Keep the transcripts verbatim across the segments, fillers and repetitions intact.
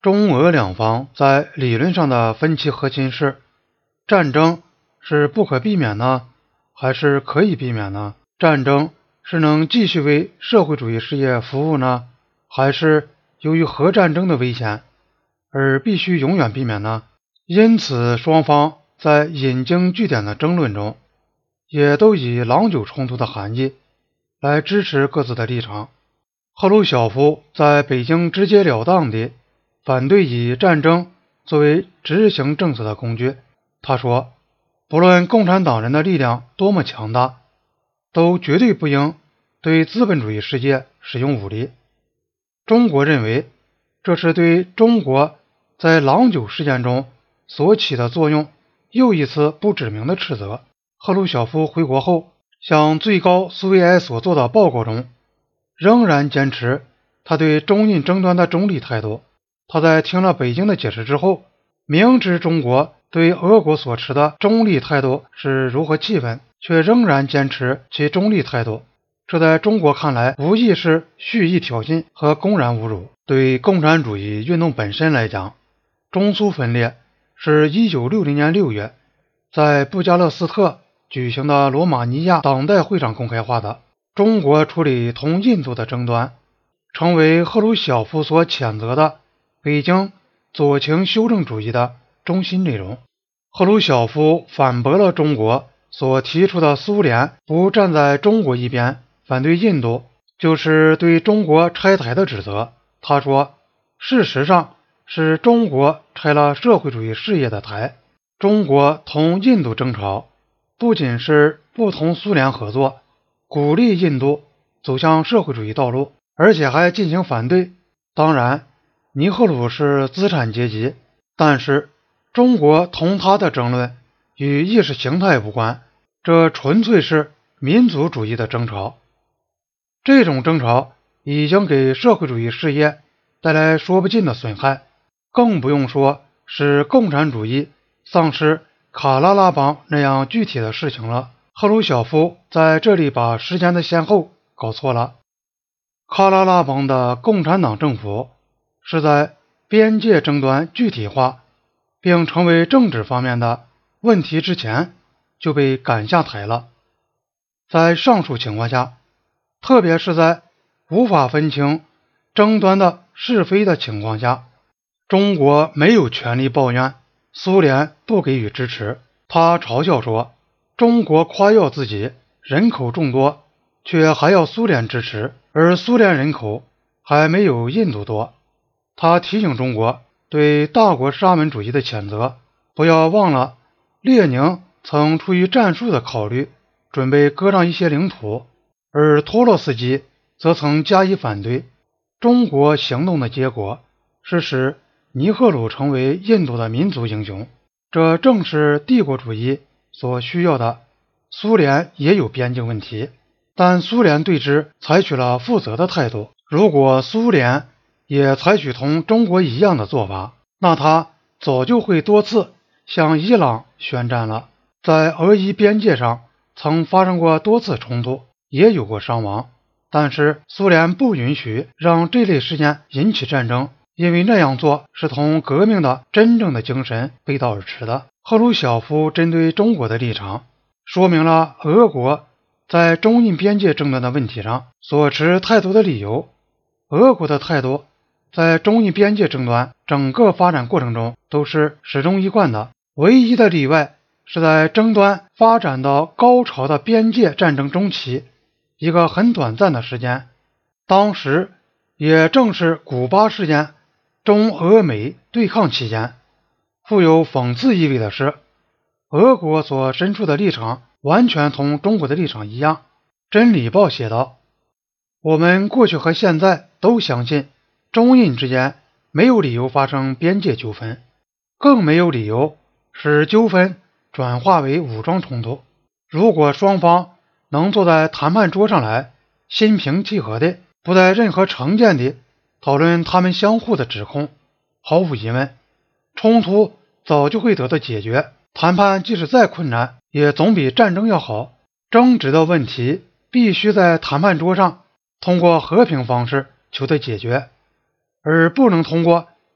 中俄两方在理论上的分歧核心是：战争是不可避免呢，还是可以避免呢？战争是能继续为社会主义事业服务呢，还是由于核战争的危险而必须永远避免呢？因此，双方在引经据典的争论中，也都以郎酒冲突的含义来支持各自的立场。赫鲁晓夫在北京直截了当地反对以战争作为执行政策的工具。他说，不论共产党人的力量多么强大，都绝对不应对资本主义世界使用武力。中国认为这是对中国在郎酒事件中所起的作用又一次不指明的斥责。赫鲁晓夫回国后向最高苏维埃所做的报告中，仍然坚持他对中印争端的中立态度。他在听了北京的解释之后，明知中国对俄国所持的中立态度是如何气愤，却仍然坚持其中立态度，这在中国看来无疑是蓄意挑衅和公然侮辱。对共产主义运动本身来讲，中苏分裂是一九六零年六月在布加勒斯特举行的罗马尼亚党代会上公开化的。中国处理同印度的争端，成为赫鲁晓夫所谴责的北京左倾修正主义的中心内容。赫鲁晓夫反驳了中国所提出的苏联不站在中国一边反对印度，就是对中国拆台的指责。他说，事实上是中国拆了社会主义事业的台。中国同印度争吵，不仅是不同苏联合作，鼓励印度走向社会主义道路，而且还进行反对。当然，尼赫鲁是资产阶级，但是中国同他的争论与意识形态无关，这纯粹是民族主义的争吵。这种争吵已经给社会主义事业带来说不尽的损害，更不用说使共产主义丧失卡拉拉邦那样具体的事情了。赫鲁晓夫在这里把时间的先后搞错了。卡拉拉邦的共产党政府是在边界争端具体化并成为政治方面的问题之前就被赶下台了。在上述情况下，特别是在无法分清争端的是非的情况下，中国没有权利抱怨苏联不给予支持。他嘲笑说，中国夸耀自己人口众多，却还要苏联支持，而苏联人口还没有印度多。他提醒中国对大国沙文主义的谴责，不要忘了列宁曾出于战术的考虑准备割让一些领土，而托洛斯基则曾加以反对。中国行动的结果是使尼赫鲁成为印度的民族英雄，这正是帝国主义所需要的。苏联也有边境问题，但苏联对之采取了负责的态度。如果苏联也采取同中国一样的做法，那他早就会多次向伊朗宣战了。在俄伊边界上曾发生过多次冲突，也有过伤亡，但是苏联不允许让这类事件引起战争，因为那样做是同革命的真正的精神背道而驰的。赫鲁晓夫针对中国的立场，说明了俄国在中印边界争端的问题上所持态度的理由。俄国的态度在中印边界争端整个发展过程中都是始终一贯的，唯一的例外是在争端发展到高潮的边界战争中期一个很短暂的时间。当时也正是古巴事件中俄美对抗期间。富有讽刺意味的是，俄国所申出的立场完全同中国的立场一样。真理报写道，我们过去和现在都相信中印之间没有理由发生边界纠纷，更没有理由使纠纷转化为武装冲突。如果双方能坐在谈判桌上来，心平气和的，不带任何成见的讨论他们相互的指控，毫无疑问，冲突早就会得到解决。谈判即使再困难，也总比战争要好。争执的问题必须在谈判桌上通过和平方式求得解决，而不能通过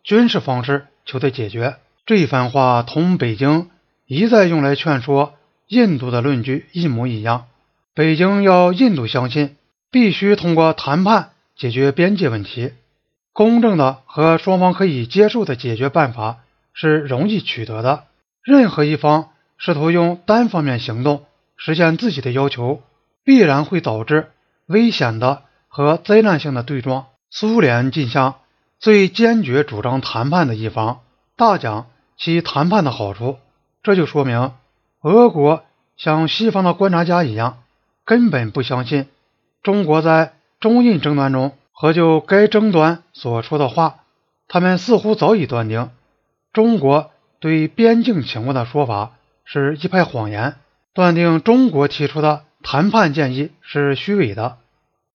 军事方式求得解决。这一番话同北京一再用来劝说印度的论据一模一样。北京要印度相信必须通过谈判解决边界问题，公正的和双方可以接受的解决办法是容易取得的。任何一方试图用单方面行动实现自己的要求，必然会导致危险的和灾难性的对撞。苏联竟向最坚决主张谈判的一方大讲其谈判的好处，这就说明俄国像西方的观察家一样，根本不相信中国在中印争端中和就该争端所说的话。他们似乎早已断定中国对边境情况的说法是一派谎言，断定中国提出的谈判建议是虚伪的。